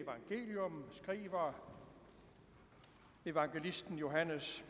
evangelium skriver evangelisten Johannes.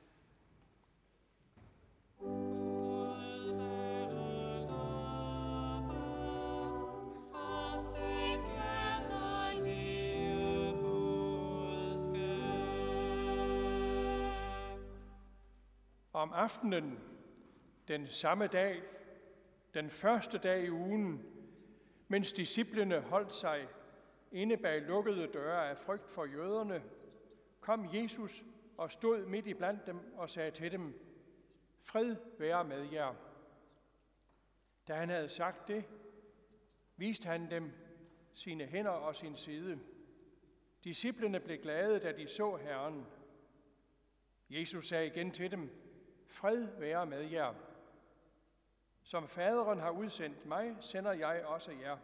Om aftenen, den samme dag, den første dag i ugen, mens disciplene holdt sig inde bag lukkede døre af frygt for jøderne, kom Jesus og stod midt iblandt dem og sagde til dem, fred være med jer. Da han havde sagt det, viste han dem sine hænder og sin side. Disciplene blev glade, da de så Herren. Jesus sagde igen til dem, fred være med jer. Som faderen har udsendt mig, sender jeg også jer.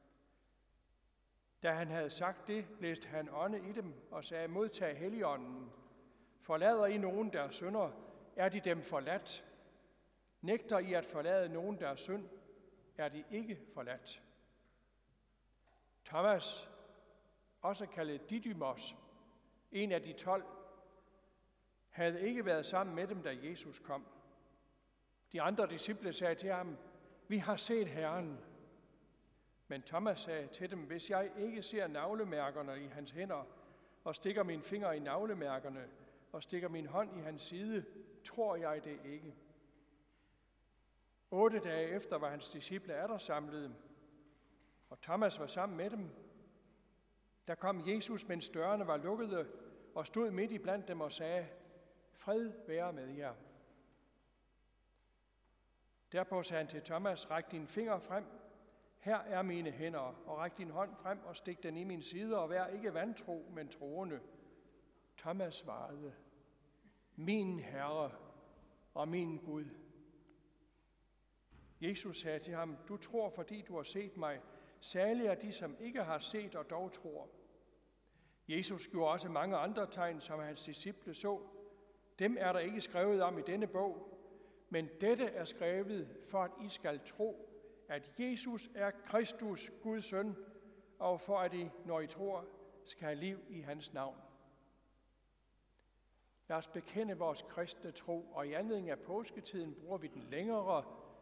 Da han havde sagt det, blæste han ånde i dem og sagde, modtag Helligånden. Forlader I nogen, der synder, er de dem forladt. Nægter I at forlade nogen, der synd, er de ikke forladt. Thomas, også kaldet Didymos, en af de 12, havde ikke været sammen med dem, da Jesus kom. De andre disciple sagde til ham, vi har set Herren. Men Thomas sagde til dem, hvis jeg ikke ser navlemærkerne i hans hænder, og stikker min finger i navlemærkerne, og stikker min hånd i hans side, tror jeg det ikke. 8 dage efter var hans disciple atter samlet, og Thomas var sammen med dem. Der kom Jesus, mens dørene var lukkede, og stod midt i blandt dem og sagde, fred være med jer. Derpå sagde han til Thomas, ræk din finger frem, her er mine hænder, og ræk din hånd frem og stik den i min side, og vær ikke vantro, men troende. Thomas svarede, min Herre og min Gud. Jesus sagde til ham, du tror, fordi du har set mig, særlig er de, som ikke har set og dog tror. Jesus gjorde også mange andre tegn, som hans disciple så. Dem er der ikke skrevet om i denne bog, men dette er skrevet, for at I skal tro, at Jesus er Kristus, Guds søn, og for at I, når I tror, skal have liv i hans navn. Lad os bekende vores kristne tro, og i anledning af påsketiden bruger vi den længere,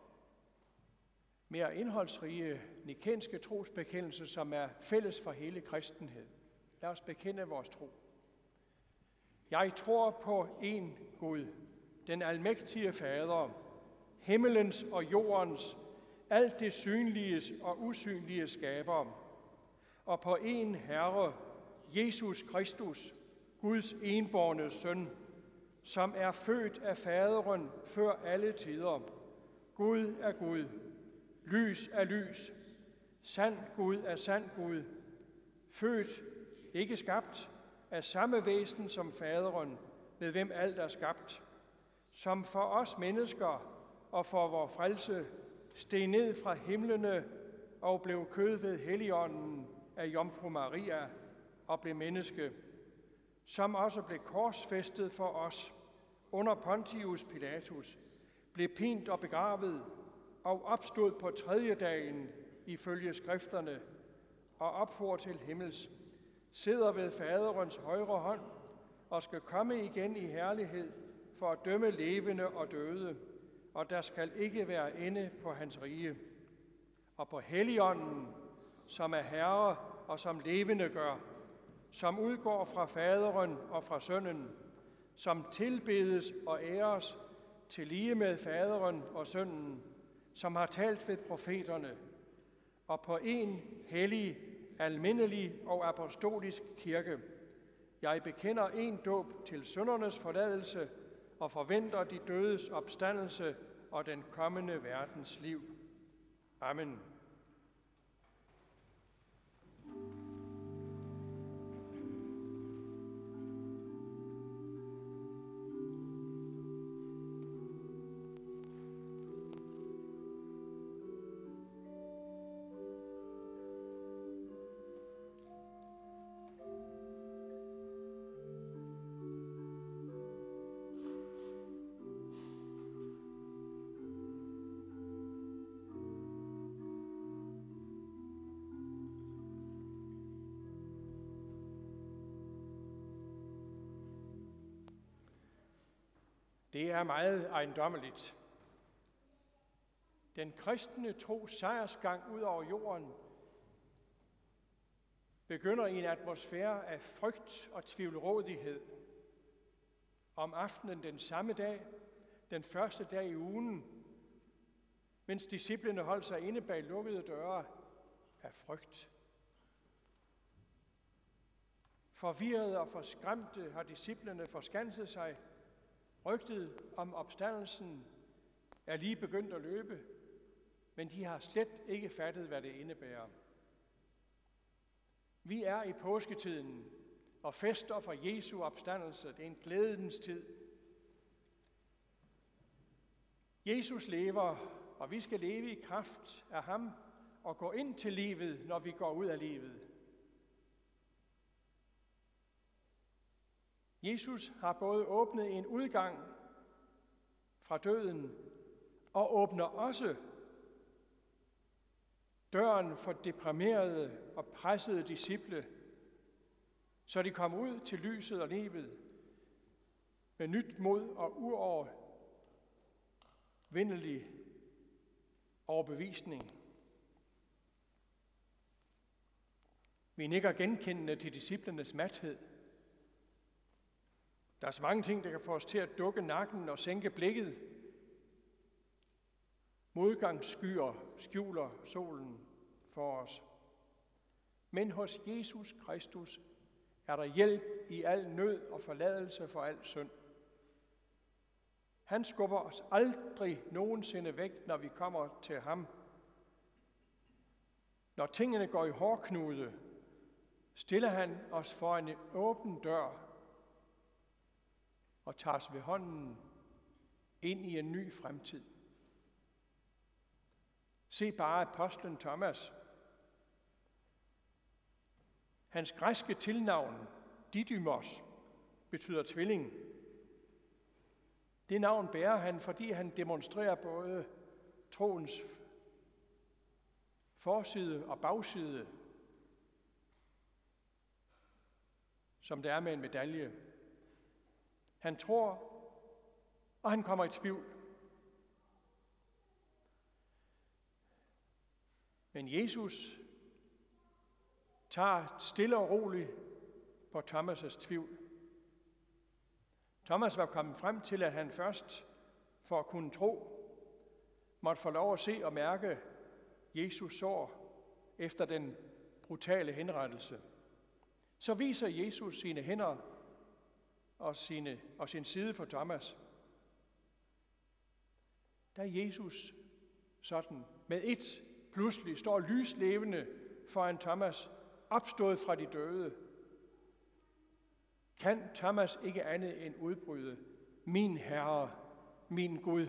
mere indholdsrige nikenske trosbekendelse, som er fælles for hele kristenhed. Lad os bekende vores tro. Jeg tror på én Gud, den almægtige Fader, himmelens og jordens, alt det synliges og usynlige skaber, og på én Herre, Jesus Kristus, Guds enbårne søn, som er født af faderen før alle tider. Gud er Gud, lys er lys, sand Gud er sand Gud, født, ikke skabt, af samme væsen som faderen, ved hvem alt er skabt, som for os mennesker og for vor frelse steg ned fra himlene og blev kød ved Helligånden af Jomfru Maria og blev menneske, som også blev korsfæstet for os under Pontius Pilatus, blev pint og begravet og opstod på 3. dagen ifølge skrifterne og opfor til himmels, sidder ved faderens højre hånd og skal komme igen i herlighed for at dømme levende og døde, og der skal ikke være ende på hans rige. Og på Helligånden, som er Herre og som levende gør, som udgår fra faderen og fra sønnen, som tilbedes og æres til lige med faderen og sønnen, som har talt ved profeterne, og på en hellig, almindelig og apostolisk kirke. Jeg bekender en dåb til syndernes forladelse og forventer de dødes opstandelse og den kommende verdens liv. Amen. Det er meget ejendommeligt. Den kristne tros sejrsgang ud over jorden begynder i en atmosfære af frygt og tvivlrådighed. Om aftenen den samme dag, den første dag i ugen, mens disciplene holdt sig inde bag lukkede døre af frygt. Forvirrede og forskræmte har disciplene forskanset sig. Rygtet om opstandelsen er lige begyndt at løbe, men de har slet ikke fattet, hvad det indebærer. Vi er i påsketiden og fester for Jesu opstandelse. Det er en glædens tid. Jesus lever, og vi skal leve i kraft af ham og gå ind til livet, når vi går ud af livet. Jesus har både åbnet en udgang fra døden og åbner også døren for deprimerede og pressede disciple, så de kommer ud til lyset og livet med nyt mod og uovervindelig overbevisning. Vi nikker genkendende til disciplenes mathed. Der er så mange ting, der kan få os til at dukke nakken og sænke blikket. Modgangsskyer skjuler solen for os. Men hos Jesus Kristus er der hjælp i al nød og forladelse for al synd. Han skubber os aldrig nogensinde væk, når vi kommer til ham. Når tingene går i hårdknude, stiller han os for en åben dør og tager os ved hånden ind i en ny fremtid. Se bare apostlen Thomas. Hans græske tilnavn, Didymos, betyder tvilling. Det navn bærer han, fordi han demonstrerer både troens forside og bagside, som det er med en medalje. Han tror, og han kommer i tvivl. Men Jesus tager stille og roligt på Thomas' tvivl. Thomas var kommet frem til, at han først, for at kunne tro, måtte få lov at se og mærke Jesus sår efter den brutale henrettelse. Så viser Jesus sine hænder og sin side for Thomas. Da Jesus sådan med et pludselig står lyslevende foran Thomas, opstået fra de døde, kan Thomas ikke andet end udbryde: min Herre, min Gud.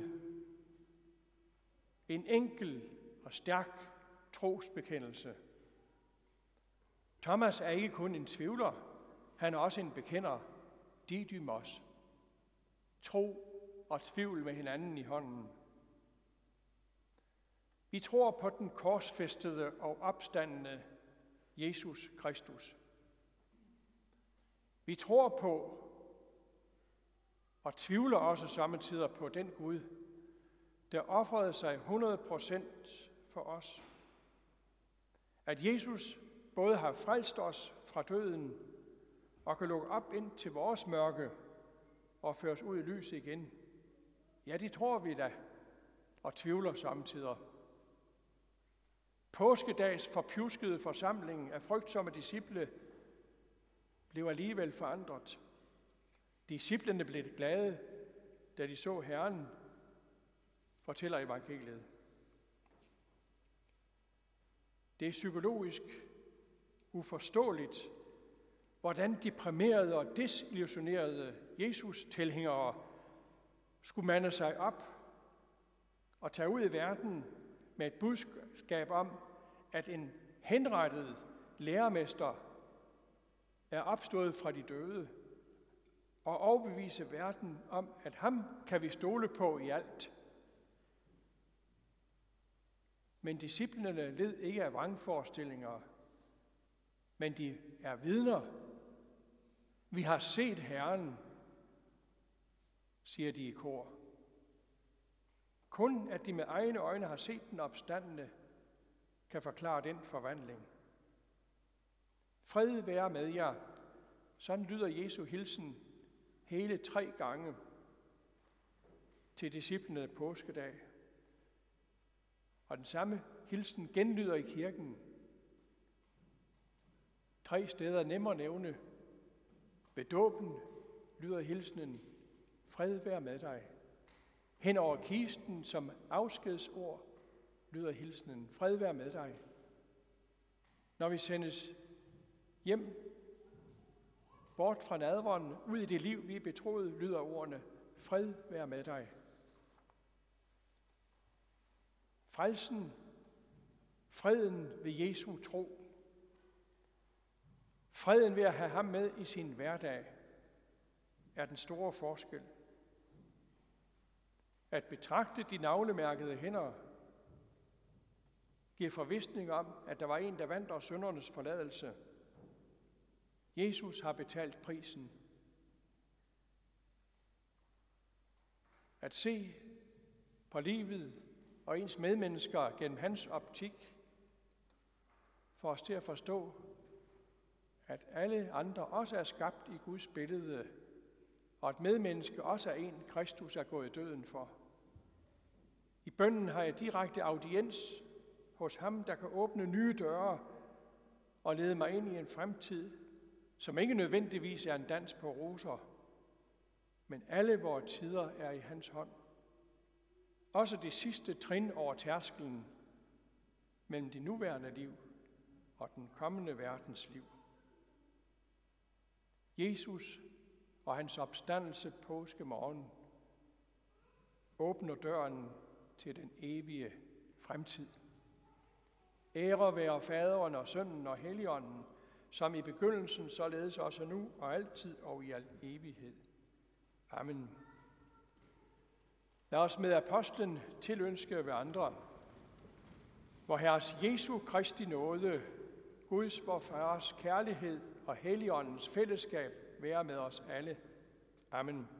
En enkel og stærk trosbekendelse. Thomas er ikke kun en tvivler, han er også en bekender, Didymos. Tro og tvivl med hinanden i hånden. Vi tror på den korsfæstede og opstandende Jesus Kristus. Vi tror på og tvivler også samtidig på den Gud, der ofrede sig 100% for os. At Jesus både har frelst os fra døden og kan lukke op ind til vores mørke og føre os ud i lyset igen. Ja, det tror vi da, og tvivler samtidig. Påskedags forpjuskede forsamling af frygtsomme disciple blev alligevel forandret. Disciplene blev glade, da de så Herren, fortæller evangeliet. Det er psykologisk uforståeligt, hvordan deprimerede og desillusionerede Jesus-tilhængere skulle mande sig op og tage ud i verden med et budskab om, at en henrettet lærermester er opstået fra de døde, og overbevise verden om, at ham kan vi stole på i alt. Men disciplene led ikke af vrangforestillinger, men de er vidner. Vi har set Herren, siger de i kor. Kun at de med egne øjne har set den opstandne, kan forklare den forvandling. Fred være med jer. Sådan lyder Jesu hilsen hele 3 gange til disciplene påskedag. Og den samme hilsen genlyder i kirken. 3 steder nemmere at nævne. Ved dåben lyder hilsenen, fred være med dig. Hen over kisten som afskedsord lyder hilsenen, fred være med dig. Når vi sendes hjem, bort fra nadveren, ud i det liv, vi er betroet, lyder ordene, fred være med dig. Frelsen, freden ved Jesu tro. Freden ved at have ham med i sin hverdag er den store forskel. At betragte de navlemærkede hænder giver forvisning om, at der var en, der vandt os syndernes forladelse. Jesus har betalt prisen. At se på livet og ens medmennesker gennem hans optik, får os til at forstå, at alle andre også er skabt i Guds billede, og at medmenneske også er en, Kristus er gået døden for. I bønnen har jeg direkte audiens hos ham, der kan åbne nye døre og lede mig ind i en fremtid, som ikke nødvendigvis er en dans på roser, men alle vores tider er i hans hånd. Også det sidste trin over tærskelen mellem det nuværende liv og den kommende verdens liv. Jesus og hans opstandelse påskemorgen åbner døren til den evige fremtid. Ære være Faderen og Sønnen og Helligånden, som i begyndelsen, således også nu og altid og i al evighed. Amen. Lad os med apostlen tilønske ved andre. Vor Herres Jesu Kristi nåde, Guds vor Faders kærlighed og Helligåndens fællesskab være med os alle. Amen.